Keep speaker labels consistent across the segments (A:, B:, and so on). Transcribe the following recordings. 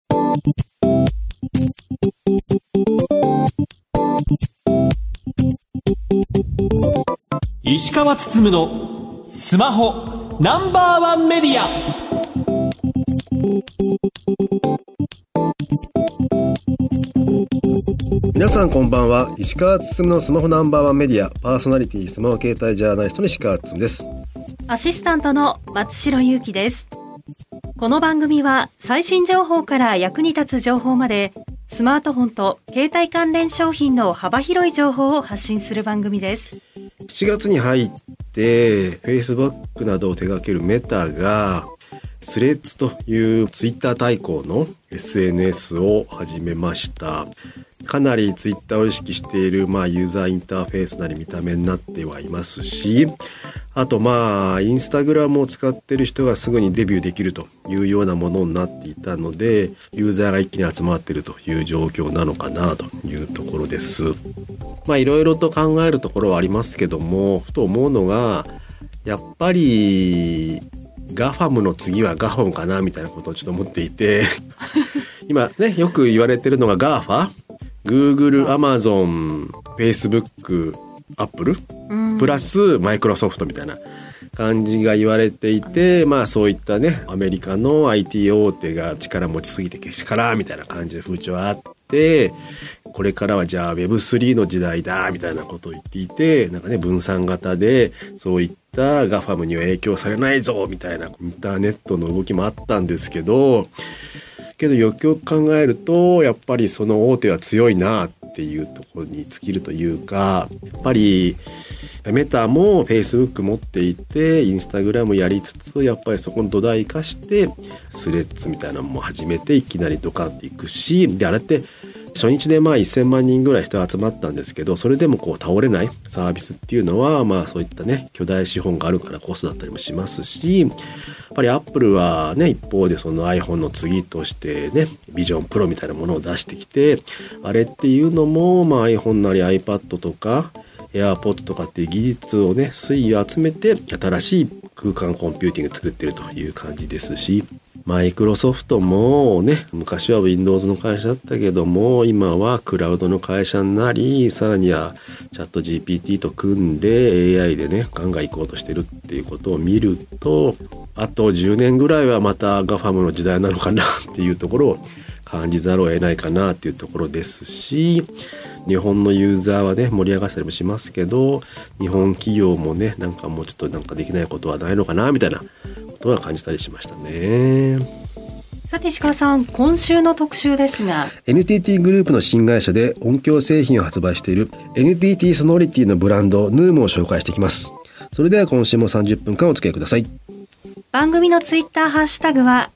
A: 石川つつむのスマホナンバーワンメディア。
B: 皆さんこんばんは。石川つつむのスマホナンバーワンメディアパーソナリティスマホ携帯ジャーナリストの石川つつむです。
C: アシスタントの松代ゆうきです。この番組は最新情報から役に立つ情報までスマートフォンと携帯関連商品の幅広い情報を発信する番組です。
B: 7月に入ってFacebook などを手掛けるメタがスレッズというツイッター対抗の SNS を始めました。かなりツイッターを意識しているユーザーインターフェースなり見た目になってはいますし、あとインスタグラムを使っている人がすぐにデビューできるというようなものになっていたので、ユーザーが一気に集まっているという状況なのかなというところです。いろいろと考えるところはありますけども、ふと思うのがやっぱりガファムの次はガファムかなみたいなことをちょっと思っていて今ねよく言われてるのがガーファ、Google、Amazon、Facebook、Apple プラスマイクロソフトみたいな感じが言われていて、そういったねアメリカの IT 大手が力持ちすぎてけしからんみたいな感じで風潮があって、これからはじゃあ Web3 の時代だみたいなことを言っていて、分散型でそういったガファムには影響されないぞみたいなインターネットの動きもあったんですけどよくよく考えるとやっぱりその大手は強いなっていうところに尽きるというか、やっぱりメタも Facebook 持っていてインスタグラムやりつつ、やっぱりそこの土台化してスレッズみたいなのも始めていきなりドカンっていくし、であれって初日で1000万人ぐらい人が集まったんですけど、それでも倒れないサービスっていうのはそういったね巨大資本があるからこそだったりもしますし、やっぱりアップルはね一方でその iPhone の次としてねビジョンプロみたいなものを出してきて、あれっていうのもiPhone なり iPad とか AirPods とかっていう技術をね粋を集めて新しい空間コンピューティング作ってるという感じですし、マイクロソフトもね昔は Windows の会社だったけども今はクラウドの会社になり、さらにはチャット GPT と組んで AI でねガンガン行こうとしてるっていうことを見ると、あと10年ぐらいはまたガファムの時代なのかなっていうところを感じざるを得ないかなっていうところですし、日本のユーザーはね盛り上がったりもしますけど、日本企業もねもうちょっとできないことはないのかなみたいなことは感じたりしましたね。
C: さて石川さん、今週の特集ですが
B: NTT グループの新会社で音響製品を発売している NTT ソノリティのブランド NUM を紹介していきます。それでは今週も30分間お付き合いください。
C: 番組のツイッターハッシュタグは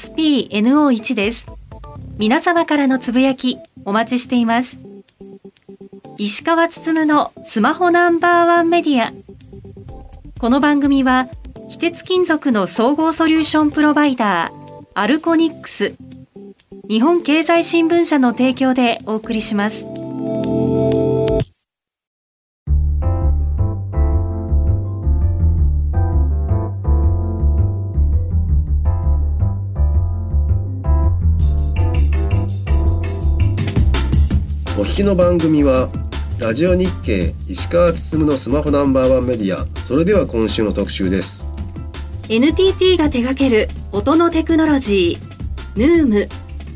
C: SPNO1 です。皆様からのつぶやきお待ちしています。石川つつむのスマホナンバーワンメディア。この番組は非鉄金属の総合ソリューションプロバイダーアルコニックス、日本経済新聞社の提供でお送りします。
B: お聞きの番組はラジオ日経石川つつむのスマホナンバーワンメディア。それでは今週の特集です。
C: NTT が手掛ける音のテクノロジー NUM。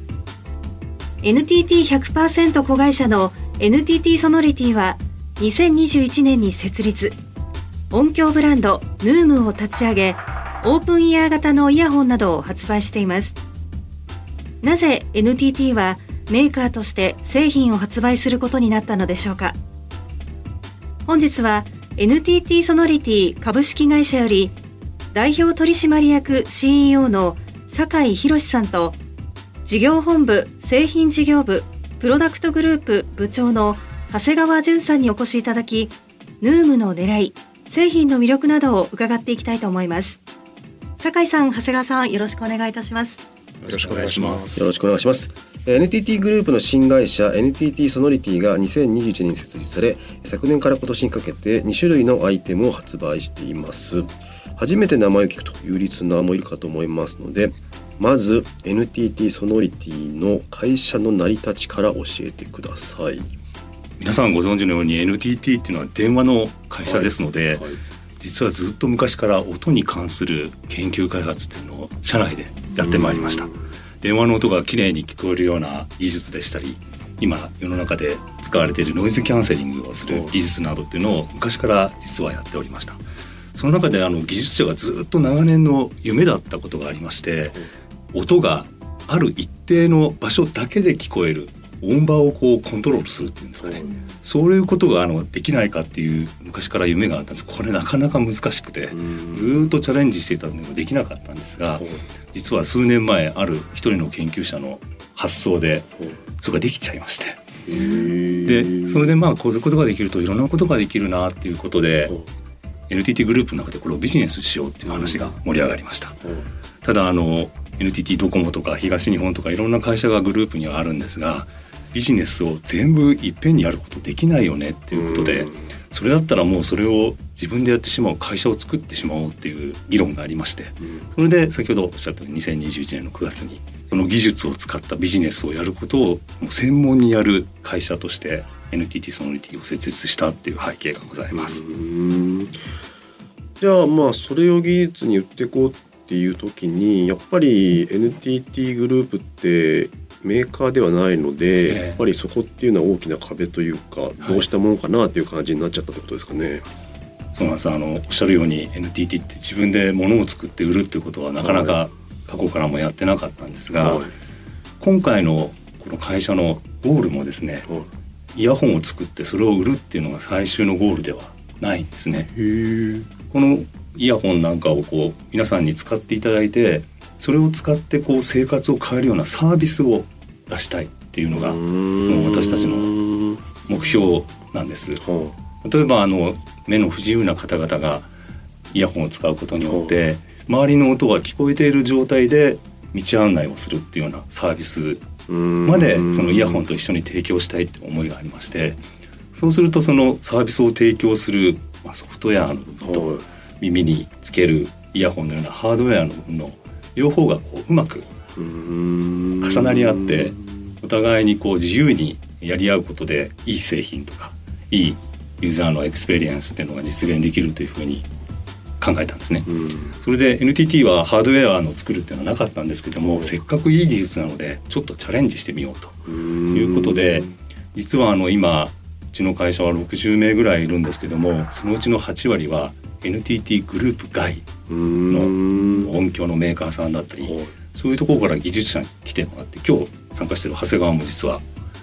C: NTT100% 子会社の NTT ソノリティは2021年に設立、音響ブランド NUM を立ち上げ、オープンイヤー型のイヤホンなどを発売しています。なぜ NTT はメーカーとして製品を発売することになったのでしょうか。本日は NTT ソノリティ株式会社より代表取締役 CEO の酒井宏さんと、事業本部製品事業部プロダクトグループ部長の長谷川淳さんにお越しいただき、NUMの狙い、製品の魅力などを伺っていきたいと思います。酒井さん、長谷川さん、よろしくお願いいたします。
D: よろしくお願いします。
B: よろしくお願いします。NTT グループの新会社 NTT ソノリティが2021年に設立され、昨年から今年にかけて2種類のアイテムを発売しています。初めて名前を聞くというリスナーもいるかと思いますので、 まず NTT ソノリティの会社の成り立ちから教えてください。
D: 皆さんご存知のように NTT っていうのは電話の会社ですので、実はずっと昔から音に関する研究開発っていうのを社内でやってまいりました。電話の音がきれいに聞こえるような技術でしたり、今世の中で使われているノイズキャンセリングをする技術などっていうのを昔から実はやっておりました。その中で技術者がずっと長年の夢だったことがありまして、音がある一定の場所だけで聞こえる音場をコントロールするっていうんですかね、そういうことができないかっていう昔から夢があったんです。これなかなか難しくてずっとチャレンジしていたのでもできなかったんですが、実は数年前ある一人の研究者の発想でそれができちゃいまして、でそれでこういうことができるといろんなことができるなっていうことで NTT グループの中でこれをビジネスしようっていう話が盛り上がりました。ただNTT ドコモとか東日本とかいろんな会社がグループにはあるんですが、ビジネスを全部いっぺんにやることできないよねっていうことで、それだったらもうそれを自分でやってしまう会社を作ってしまおうっていう議論がありまして、それで先ほどおっしゃったように2021年の9月にこの技術を使ったビジネスをやることをもう専門にやる会社として NTT ソノリティを設立したっていう背景がございます。
B: じゃあそれを技術に売っていこうっていう時にやっぱり NTT グループってメーカーではないので、やっぱりそこっていうのは大きな壁というか、どうしたものかなっていう感じになっちゃったってことですかね。
D: そうなんです。おっしゃるように NTT って自分で物を作って売るっていうことはなかなか過去からもやってなかったんですが、今回のこの会社のゴールもですね、イヤホンを作ってそれを売るっていうのが最終のゴールではないんですね。このイヤホンなんかを皆さんに使っていただいて、それを使って生活を変えるようなサービスを出したいっていうのがもう私たちの目標なんです。例えば目の不自由な方々がイヤホンを使うことによって周りの音が聞こえている状態で道案内をするっていうようなサービスまでそのイヤホンと一緒に提供したいって思いがありまして、そうするとそのサービスを提供するソフトウェアの部分と耳につけるイヤホンのようなハードウェアの部分の両方がうまく重なり合ってお互いに自由にやり合うことでいい製品とかいいユーザーのエクスペリエンスっていうのが実現できるというふうに考えたんですね。それで NTT はハードウェアの作るっていうのはなかったんですけども、せっかくいい技術なのでちょっとチャレンジしてみようということで、実は今うちの会社は60名ぐらいいるんですけども、そのうちの8割は NTT グループ外の音響のメーカーさんだったり、そういうところから技術者に来てもらって、今日参加している長谷川も実は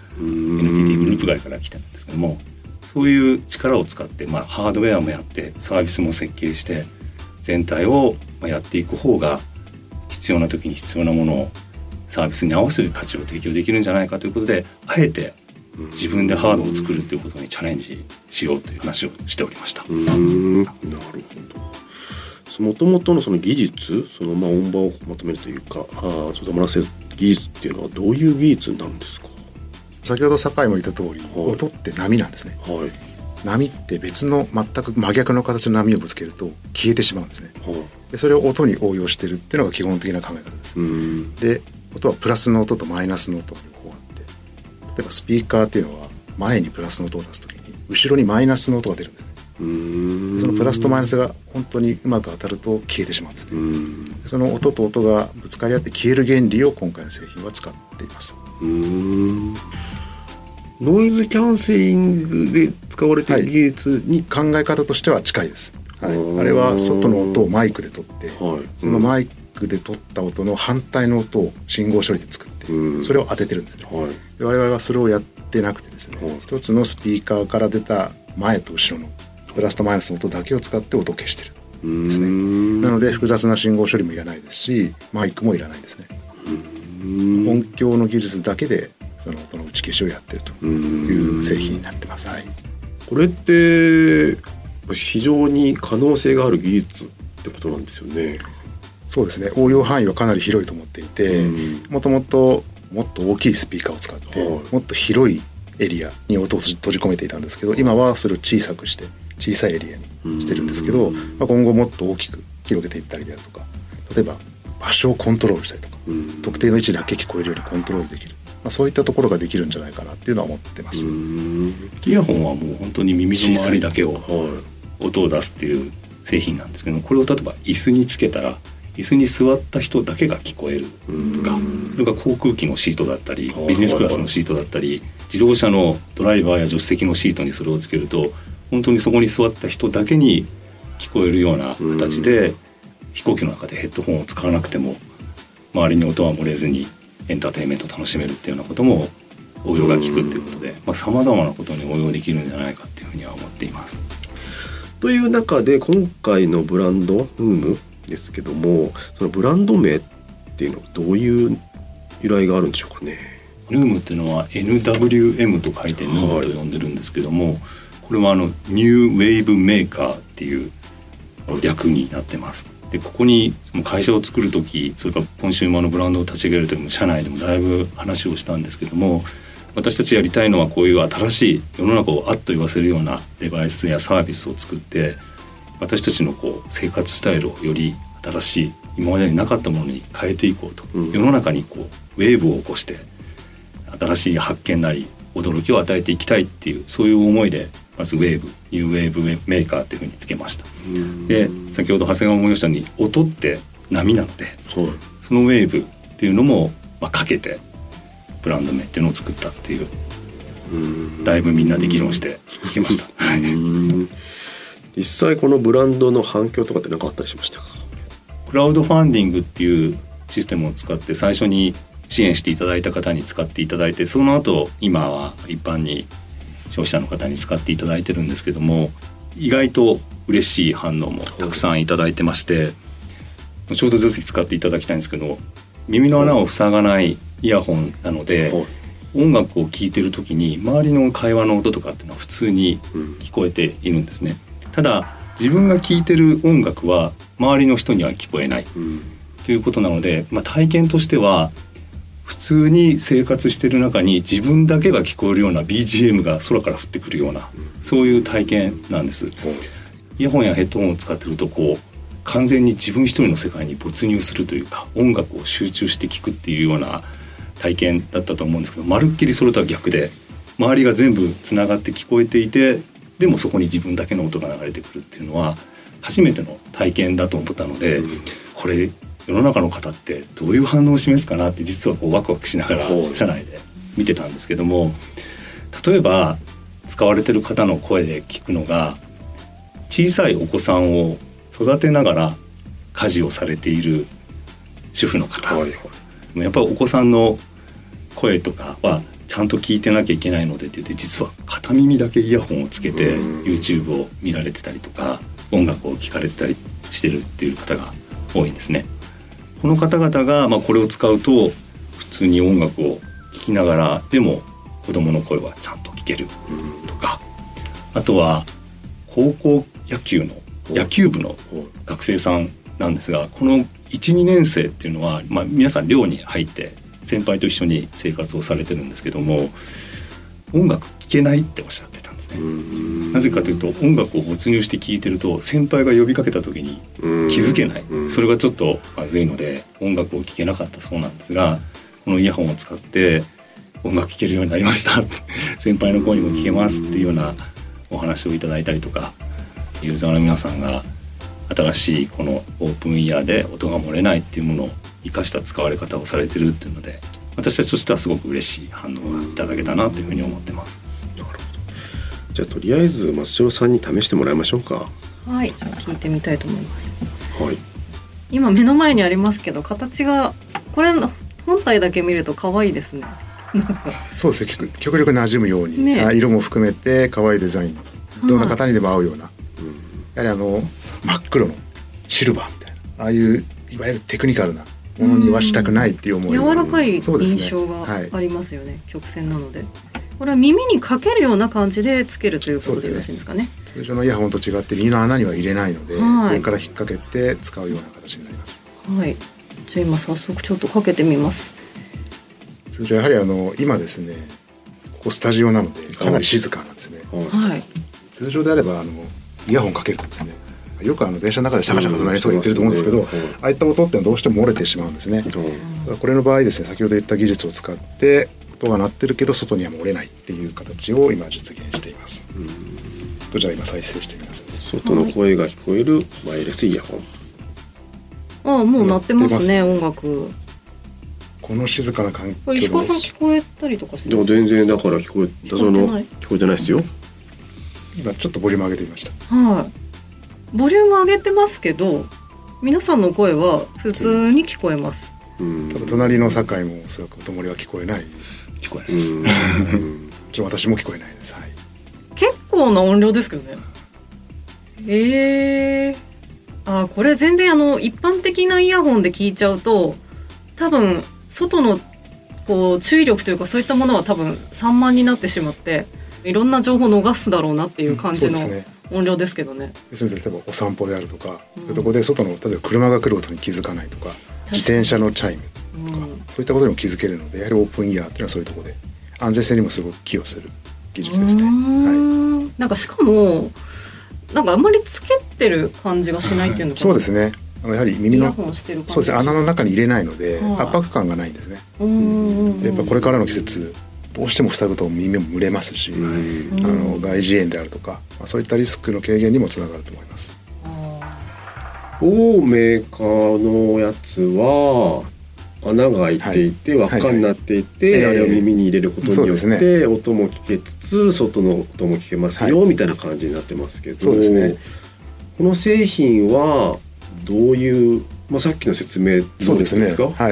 D: NTT グループ外から来てるんですけども、そういう力を使ってハードウェアもやってサービスも設計して全体をやっていく方が必要な時に必要なものをサービスに合わせる価値を提供できるんじゃないかということで、あえて自分でハードを作るということにチャレンジしようという話をしておりました。
B: なるほど。もともとのその技術、音場をまとめるというか、それを回せる技術っていうのはどういう技術になるんですか？
E: 先ほど酒井も言った通り、音って波なんですね。波って別の全く真逆の形の波をぶつけると消えてしまうんですね。でそれを音に応用してるっていうのが基本的な考え方です。で音はプラスの音とマイナスの音が両方あって、例えばスピーカーっていうのは前にプラスの音を出すときに後ろにマイナスの音が出るんですね。そのプラスとマイナスが本当にうまく当たると消えてしまうんですね。その音と音がぶつかり合って消える原理を今回の製品は使っています。
B: ノイズキャンセリングで使われている技術に、
E: 考え方としては近いです。あれは外の音をマイクで取って、そのマイクで取った音の反対の音を信号処理で作って、それを当ててるんですね。で我々はそれをやってなくてですね、一つのスピーカーから出た前と後ろのプラスとマイナスの音だけを使って音を消してるんですね。なので複雑な信号処理もいらないですし、マイクもいらないんですね。音響の技術だけでその音の打ち消しをやってるという製品になってます。
B: これって非常に可能性がある技術ってことなんですよね。
E: そうですね。応用範囲はかなり広いと思っていて、もともともっと大きいスピーカーを使って、もっと広いエリアに音を閉じ込めていたんですけど、今はそれを小さくして小さいエリアにしてるんですけど、今後もっと大きく広げていったりだとか、例えば場所をコントロールしたりとか、特定の位置だけ聞こえるようにコントロールできる、そういったところができるんじゃないかなっていうのは思ってます。
D: イヤホンはもう本当に耳の周りだけを音を出すっていう製品なんですけど、これを例えば椅子につけたら椅子に座った人だけが聞こえるとか、それが航空機のシートだったりビジネスクラスのシートだったり自動車のドライバーや助手席のシートにそれをつけると本当にそこに座った人だけに聞こえるような形で、飛行機の中でヘッドホンを使わなくても周りに音は漏れずにエンターテインメントを楽しめるっていうようなことも応用が効くっていうことで、様々なことに応用できるんじゃないかっていうふうには思っています。
B: という中で今回のブランドNUMEですけども、そのブランド名っていうのはどういう由来があるんでしょうかね。
D: NUMEっていうのは NWM と書いて NUME と呼んでるんですけども、これはニューウェーブメーカーっていう略になってます。でここにその会社を作る時、それからコンシューマーのブランドを立ち上げる時も社内でもだいぶ話をしたんですけども、私たちやりたいのはこういう新しい世の中をあっと言わせるようなデバイスやサービスを作って、私たちの生活スタイルをより新しい今までになかったものに変えていこうと、世の中にウェーブを起こして新しい発見なり驚きを与えていきたいっていう、そういう思いでまずニューウェーブメーカーっていうふうにつけました。で先ほど長谷川も言いましたように、音って波なので、そのウェーブっていうのもかけてブランド名っていうのを作ったっていう、だいぶみんなで議論してつけました。
B: 実際このブランドの反響とかって何かあったりしましたか。
D: クラウドファンディングっていうシステムを使って最初に支援していただいた方に使っていただいて、その後今は一般に消費者の方に使っていただいてるんですけども、意外と嬉しい反応もたくさんいただいてまして、ちょうどずつ使っていただきたいんですけど、耳の穴を塞がないイヤホンなので、音楽を聴いてる時に周りの会話の音とかっていうのは普通に聞こえているんですね。ただ自分が聴いてる音楽は周りの人には聞こえない、ということなので、体験としては普通に生活してる中に自分だけが聞こえるような BGM が空から降ってくるような、そういう体験なんです。イヤホンやヘッドホンを使ってると完全に自分一人の世界に没入するというか、音楽を集中して聴くっていうような体験だったと思うんですけど、まるっきりそれとは逆で、周りが全部つながって聞こえていて、でもそこに自分だけの音が流れてくるっていうのは初めての体験だと思ったので、これ世の中の方ってどういう反応を示すかなって実はワクワクしながら社内で見てたんですけども、例えば使われてる方の声で聞くのが、小さいお子さんを育てながら家事をされている主婦の方、やっぱりお子さんの声とかはちゃんと聞いてなきゃいけないのでって言って、実は片耳だけイヤホンをつけて YouTube を見られてたりとか音楽を聴かれてたりしてるっていう方が多いんですね。この方々がこれを使うと普通に音楽を聴きながらでも子供の声はちゃんと聞けるとか、あとは高校野球の野球部の学生さんなんですが、この 1,2 年生っていうのは、皆さん寮に入って先輩と一緒に生活をされてるんですけども、音楽聴けないっておっしゃってたんですね。なぜかというと、音楽を没入して聴いてると先輩が呼びかけた時に気づけない、それがちょっとまずいので音楽を聴けなかったそうなんですが、このイヤホンを使って音楽聴けるようになりました先輩の声にも聴けますっていうようなお話をいただいたりとか、ユーザーの皆さんが新しいこのオープンイヤーで音が漏れないっていうものを生かした使われ方をされてるっていうので、私たちとしてはすごく嬉しい反応がいただけたなというふうに思ってます。
B: なるほど。じゃあとりあえず松代さんに試してもらいましょうか。
F: はい、じゃあ聞いてみたいと思います。
B: はい。
F: 今目の前にありますけど、形がこれ本体だけ見ると可愛いですね。
E: そうですね、極力馴染むように、ね、色も含めて可愛いデザイン、どんな方にでも合うような、やはり真っ黒のシルバーみたいな、ああいういわゆるテクニカルなものにはしたくないっていう思い、
F: 柔らかい印象がありますよね、曲線なので。これは耳にかけるような感じでつけるということでよろしいんですかね。
E: 通常のイヤホンと違って耳の穴には入れないので、上から引っ掛けて使うような形になります。
F: はい、じゃあ今早速ちょっとかけてみます。
E: 通常やはり今ですね、ここスタジオなのでかなり静かなんですね。
F: はい、
E: 通常であればイヤホンかけるとですね、 よく電車の中でシャカシャカ隣の人が言ってると思うんですけど、ああいった音ってのはどうしても漏れてしまうんですね。これの場合ですね、先ほど言った技術を使って音が鳴ってるけど外には漏れないっていう形を今実現しています。じゃあ今再生してみますね。
B: 外の声が聞こえるワイヤレスイヤホン。
F: ああ、もう鳴ってますね、音楽。
E: この静かな環境で
F: 石川さん聞こえたりとかしてます？
B: 全然だから聞こえてないですよ。
E: 今ちょっとボリューム上げてみました。
F: はい。ボリューム上げてますけど、皆さんの声は普通に聞こえます。
E: 多分隣の酒井もおそらく音漏れは聞こえない。
D: 聞こえないです。
E: 私も聞こえないです。はい。
F: 結構な音量ですけどね。これ全然一般的なイヤホンで聞いちゃうと、多分外の注意力というかそういったものは多分散漫になってしまって、いろんな情報を逃すだろうなっていう感じの音量ですけどね。
E: それで例えばお散歩であるとか、そういうところで外の例えば車が来る音に気づかないとか、自転車のチャイムとか、そういったことにも気づけるので、やはりオープンイヤーっていうのはそういうところで安全性にもすごく寄与する技術ですね。
F: なんかしかもなんかあんまりつけてる感じがしないっていうのかな。
E: そうですね。やはり耳のそうですね、穴の中に入れないので圧迫感がないんですね。でやっぱこれからの季節どうしても塞ぐと耳も蒸れますし、外耳炎であるとか、そういったリスクの軽減にもつながると思います。
B: 某メーカーのやつは穴が開いていて輪っかになっていて、あれを耳に入れることによって音も聞けつつ外の音も聞けますよ、みたいな感じになってますけど、
E: そうですね。
B: この製品はどういう、さっきの説明
E: そうですね。はい。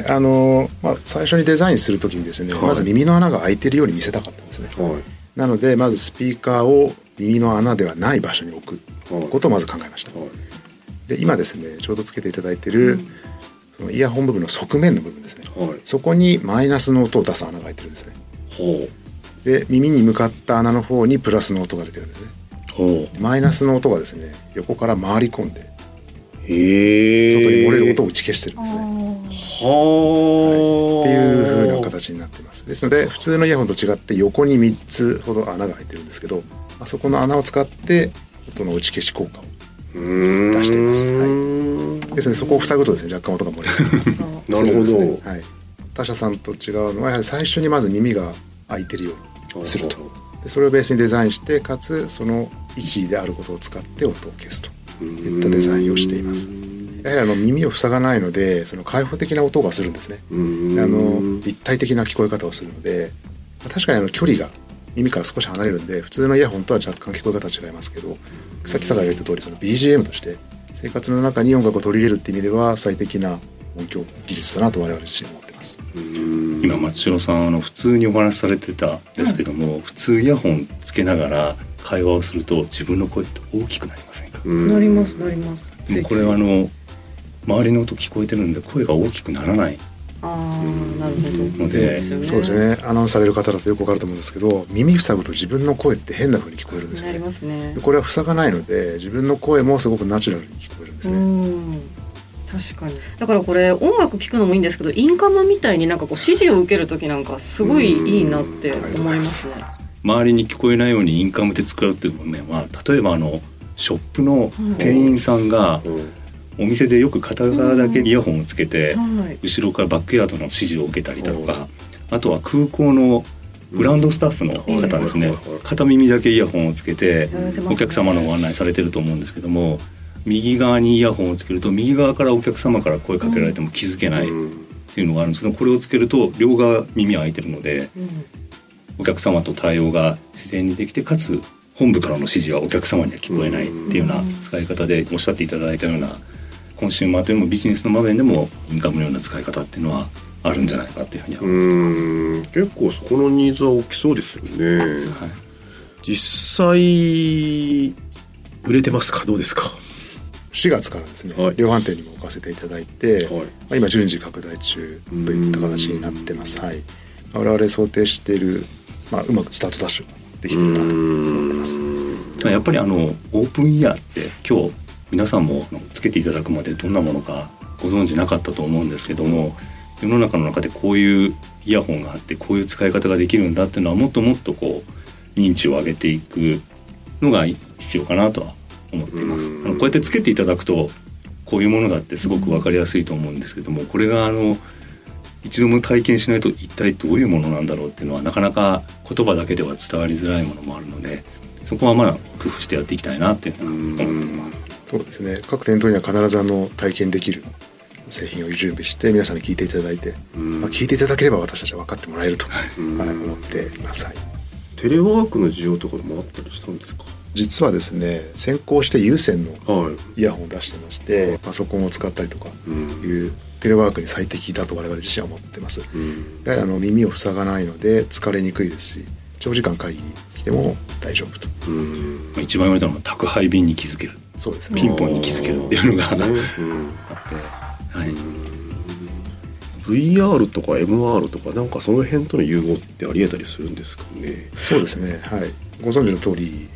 E: 最初にデザインするときにですね、まず耳の穴が開いているように見せたかったんですね。なのでまずスピーカーを耳の穴ではない場所に置くことをまず考えました。で今ですね、ちょうどつけていただいている、そのイヤホン部分の側面の部分ですね、そこにマイナスの音を出す穴が開いてるんですね。で耳に向かった穴の方にプラスの音が出てるんですね。マイナスの音がですね、横から回り込んで外に漏れる音を打ち消してるんですね。っていう風な形になっています。ですので普通のイヤホンと違って横に3つほど穴が開いてるんですけど、そこの穴を使って音の打ち消し効果を出しています。ですのでそこを塞ぐとですね、若干音が漏れる
B: なるほど。
E: 他社さんと違うのはやはり最初にまず耳が開いてるようにすると。でそれをベースにデザインして、かつその位置であることを使って音を消すといったデザインをしています。やはり耳を塞がないので、その開放的な音がするんですね。立体的な聞こえ方をするので、確かに距離が耳から少し離れるんで、普通のイヤホンとは若干聞こえ方は違いますけど、さっき坂井が言った通り、その BGM として生活の中に音楽を取り入れるっていう意味では最適な音響技術だなと我々自身思ってます。
D: 今松代さん普通にお話しされてたんですけども、普通イヤホンつけながら会話をすると自分の声って大きくなりませんか？
F: なりますなります。
D: これは周りの音聞こえてるんで声が大きくならない。
F: なるほど。
E: そうですね。アナウンスされる方だとよくわかると思うんですけど、耳塞ぐと自分の声って変な風に聞こえるんですよね。
F: なりますね。
E: これは塞がないので自分の声もすごくナチュラルに聞こえるんですね。
F: 確かに。だからこれ音楽聴くのもいいんですけど、インカムみたいになんか指示を受ける時なんかすごいいいなって思いますね。
D: 周りに聞こえないようにインカムで使うっていう面は、例えばショップの店員さんがお店でよく片側だけイヤホンをつけて、後ろからバックヤードの指示を受けたりだとか、あとは空港のグランドスタッフの方ですね、片耳だけイヤホンをつけてお客様のご案内されてると思うんですけども、右側にイヤホンをつけると右側からお客様から声かけられても気づけないっていうのがあるんですけど、これをつけると両側耳開いてるので、お客様と対応が自然にできて、かつ本部からの指示はお客様には聞こえないっていうような使い方で、おっしゃっていただいたようなコンシューマーというのもビジネスの場面でもインカムのような使い方っていうのはあるんじゃないかっていうふうには思ってます。
B: 結構そこのニーズは大きそうですよね。実際売れてますか？どうですか
E: ？4月からですね、量販店にも置かせていただいて、今順次拡大中といった形になってます。我々想定している、うまくスタートダッシュができているなと思ってます。
D: やっぱりオープンイヤーって今日皆さんもつけていただくまでどんなものかご存知なかったと思うんですけども、世の中の中でこういうイヤホンがあってこういう使い方ができるんだっていうのはもっともっと認知を上げていくのが必要かなとは思っています。こうやってつけていただくとこういうものだってすごく分かりやすいと思うんですけども、これが一度も体験しないと一体どういうものなんだろうっていうのはなかなか言葉だけでは伝わりづらいものもあるので、そこはまだ工夫してやっていきたいなっていうふうに思っています。
E: そうですね、各店頭には必ず体験できる製品を準備して皆さんに聞いていただいて、聞いていただければ私たちは分かってもらえると、思っています。
B: テレワークの需要とかもあったりしたんですか？
E: 実はですね、先行して有線のイヤホンを出してまして、パソコンを使ったりとかいうテレワークに最適だと我々自身は思ってます。やはり耳を塞がないので疲れにくいですし、長時間会議しても大丈夫と。
D: 一番言われたのは宅配便に気づける、
E: そうですね、
D: ピンポンに気づけるっていうのがあって、
B: VR とか MR とかなんかその辺との融合ってありえたりするんですかね？
E: そうですね、ご存知の通り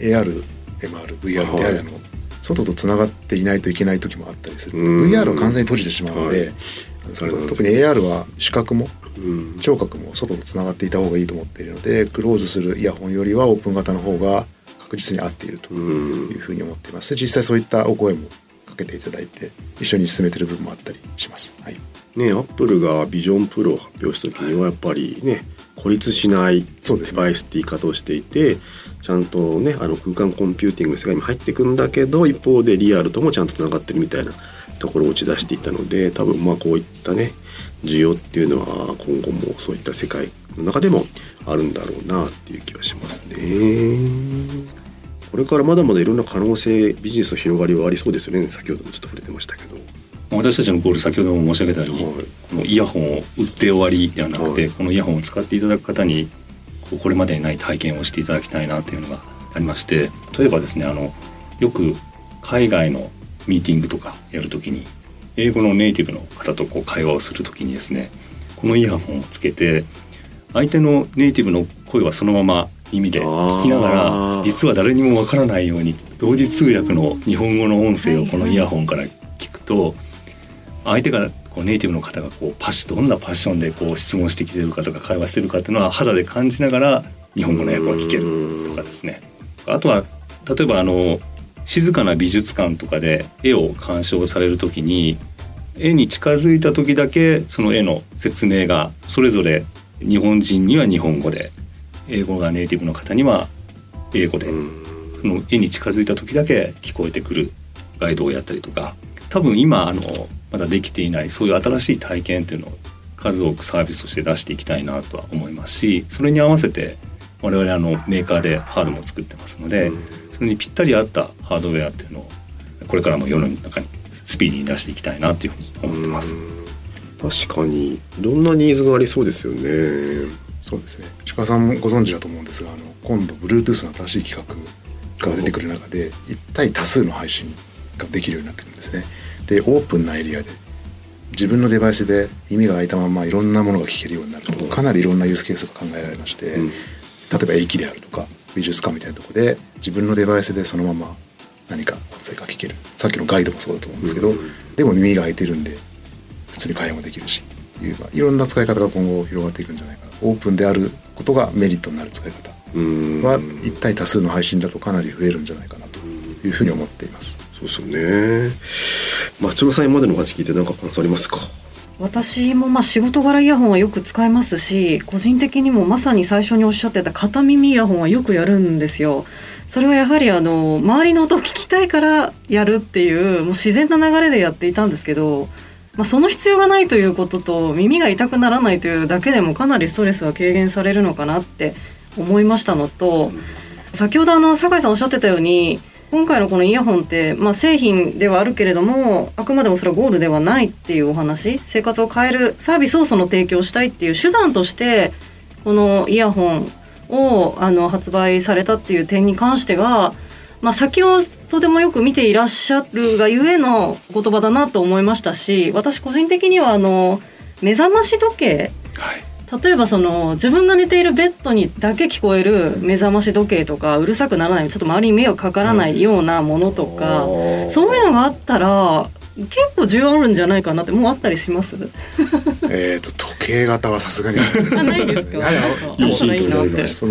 E: AR、MR、VR ってやはり外とつながっていないといけない時もあったりする。VR は完全に閉じてしまうので、特に AR は視覚も聴覚も外とつながっていた方がいいと思っているので、クローズするイヤホンよりはオープン型の方が確実に合っているというふうに思っています。実際そういったお声もかけていただいて一緒に進めている部分もあったりします。ア
B: ップルがビジョンプロを発表した時にはやっぱりね、孤立しないデバイスって言い方をしていて、ちゃんとね空間コンピューティングの世界に入っていくんだけど、一方でリアルともちゃんとつながってるみたいなところを打ち出していたので、多分こういったね需要っていうのは今後もそういった世界の中でもあるんだろうなっていう気はしますね。これからまだまだいろんな可能性、ビジネスの広がりはありそうですよね。先ほどもちょっと触れてましたけど、
D: 私たちのゴール、先ほども申し上げたように、このイヤホンを売って終わりではなくて、このイヤホンを使っていただく方にこれまでにない体験をしていただきたいなというのがありまして、例えばですね、よく海外のミーティングとかやるときに英語のネイティブの方と会話をするときにですね、このイヤホンをつけて相手のネイティブの声はそのまま耳で聞きながら、実は誰にもわからないように同時通訳の日本語の音声をこのイヤホンから聞くと、相手がネイティブの方がどんなパッションで質問してきてるかとか会話してるかっていうのは肌で感じながら日本語の訳が聞けるとかですね。あとは例えば静かな美術館とかで絵を鑑賞されるときに、絵に近づいた時だけその絵の説明がそれぞれ日本人には日本語で、英語がネイティブの方には英語で、その絵に近づいた時だけ聞こえてくるガイドをやったりとか、多分今まだできていないそういう新しい体験っていうのを数多くサービスとして出していきたいなとは思いますし、それに合わせて我々メーカーでハードも作ってますので、それにぴったり合ったハードウェアっていうのをこれからも世の中にスピーディーに出していきたいなというふうに思ってます。
B: 確かにいろんなニーズがありそうですよね。
E: そうですね、石川さんもご存知だと思うんですが、今度 Bluetooth の新しい企画が出てくる中で一対多数の配信ができるようになってくるんですね。でオープンなエリアで自分のデバイスで耳が開いたままいろんなものが聞けるようになると、かなりいろんなユースケースが考えられまして、例えば駅であるとか美術館みたいなところで自分のデバイスでそのまま何か音声が聞ける。さっきのガイドもそうだと思うんですけど、でも耳が開いてるんで普通に会話もできるし、いろんな使い方が今後広がっていくんじゃないかな。オープンであることがメリットになる使い方は一対多数の配信だとかなり増えるんじゃないかなというふうに思っています。
B: そうですよね。松村さん、今までのお話聞いて何か感想ありますか？
F: 私も仕事柄イヤホンはよく使いますし、個人的にもまさに最初におっしゃってた片耳イヤホンはよくやるんですよ。それはやはり周りの音を聞きたいからやるっていう、もう自然な流れでやっていたんですけど、その必要がないということと耳が痛くならないというだけでもかなりストレスは軽減されるのかなって思いましたのと、先ほど酒井さんおっしゃってたように、今回のこのイヤホンって、製品ではあるけれどもあくまでもそれはゴールではないっていうお話、生活を変えるサービスを提供したいっていう手段としてこのイヤホンを発売されたっていう点に関してが、先をとてもよく見ていらっしゃるがゆえの言葉だなと思いましたし、私個人的には目覚まし時計、例えば自分が寝ているベッドにだけ聞こえる目覚まし時計とか、うるさくならない、ちょっと周りに迷惑かからないようなものとか、そういうのがあったら結構需要あるんじゃないかなって。もうあったりします？
E: 時計型はさすがに
F: ないですか？
E: いいなって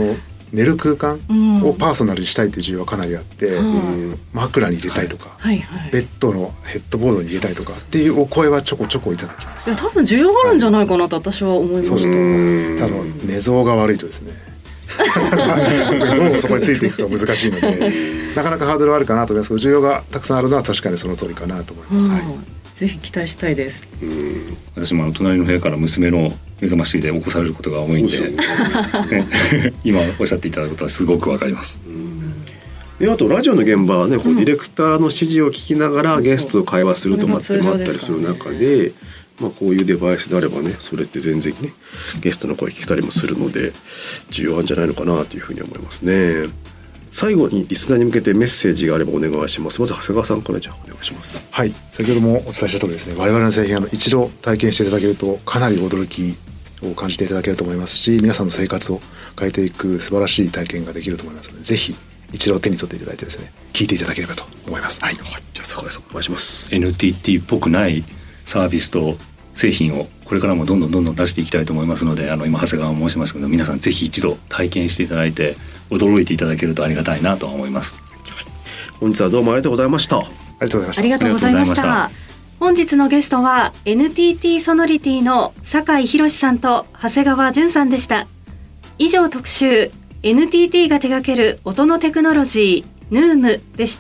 E: 寝る空間をパーソナルにしたいという需要はかなりあって、枕に入れたいとか、
F: はいはいはい、
E: ベッドのヘッドボードに入れたいとかっていうお声はちょこちょこいただきます。
F: いや多分需要があるんじゃないかなと私は思いました。
E: 多分寝相が悪いとですねどうそこについていくか難しいのでなかなかハードルはあるかなと思いますけど、需要がたくさんあるのは確かにその通りかなと思います、はい、
F: ぜひ期待したいです。
D: 私も隣の部屋から娘の目覚ましで起こされることが多いんで、今おっしゃっていただくことはすごくわかります。
B: であとラジオの現場はね、こうディレクターの指示を聞きながらゲストと会話するとかってもあったりする中で、こういうデバイスであればね、それって全然ねゲストの声聞けたりもするので需要あるんじゃないのかなというふうに思いますね。最後にリスナーに向けてメッセージがあればお願いします。まず長谷川さんからじゃあお願いします。
E: はい、先ほどもお伝えした通りですね、我々の製品一度体験していただけるとかなり驚きを感じていただけると思いますし、皆さんの生活を変えていく素晴らしい体験ができると思いますので、ぜひ一度手に取っていただいてですね、聞いていただければと思います。はい、じゃあ坂井さんお願いします。
D: NTT っぽくないサービスと製品をこれからもどんどん出していきたいと思いますので、今長谷川も申しましたけど、皆さんぜひ一度体験していただいて驚いていただけるとありがたいなと思います。
B: 本日はどうもありがとうございました。
E: ありがとうございました。
C: ありがとうございました。本日のゲストは NTT ソノリティの酒井宏さんと長谷川淳さんでした。以上特集 NTT が手掛ける音のテクノロジー NUME でした。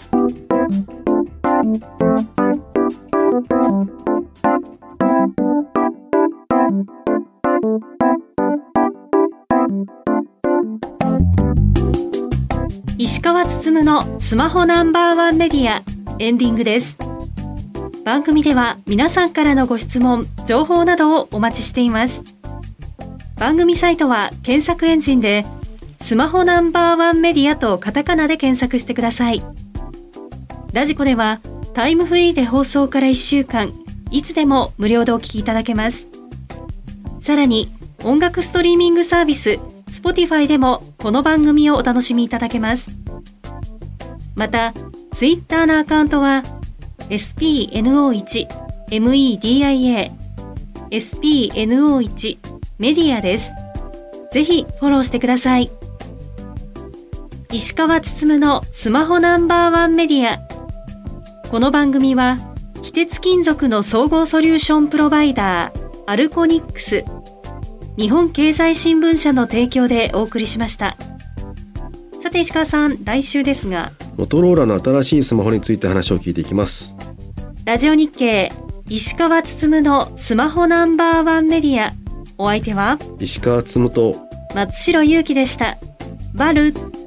C: 石川つつむのスマホナンバーワンメディアエンディングです。番組では皆さんからのご質問、情報などをお待ちしています。番組サイトは検索エンジンでスマホナンバーワンメディアとカタカナで検索してください。ラジコではタイムフリーで放送から1週間いつでも無料でお聞きいただけます。さらに音楽ストリーミングサービスSpotify でもこの番組をお楽しみいただけます。また、Twitter のアカウントは SPNO1MEDIA SPNO1 メディアです。ぜひフォローしてください。石川つつむのスマホナンバーワンメディア。この番組は非鉄金属の総合ソリューションプロバイダーアルコニックス、日本経済新聞社の提供でお送りしました。さて石川さん、来週ですが
B: モトローラの新しいスマホについて話を聞いていきます。
C: ラジオ日経石川つつむのスマホナンバーワンメディア。お相手は
B: 石川つつむと
C: 松代ゆうきでした。バル。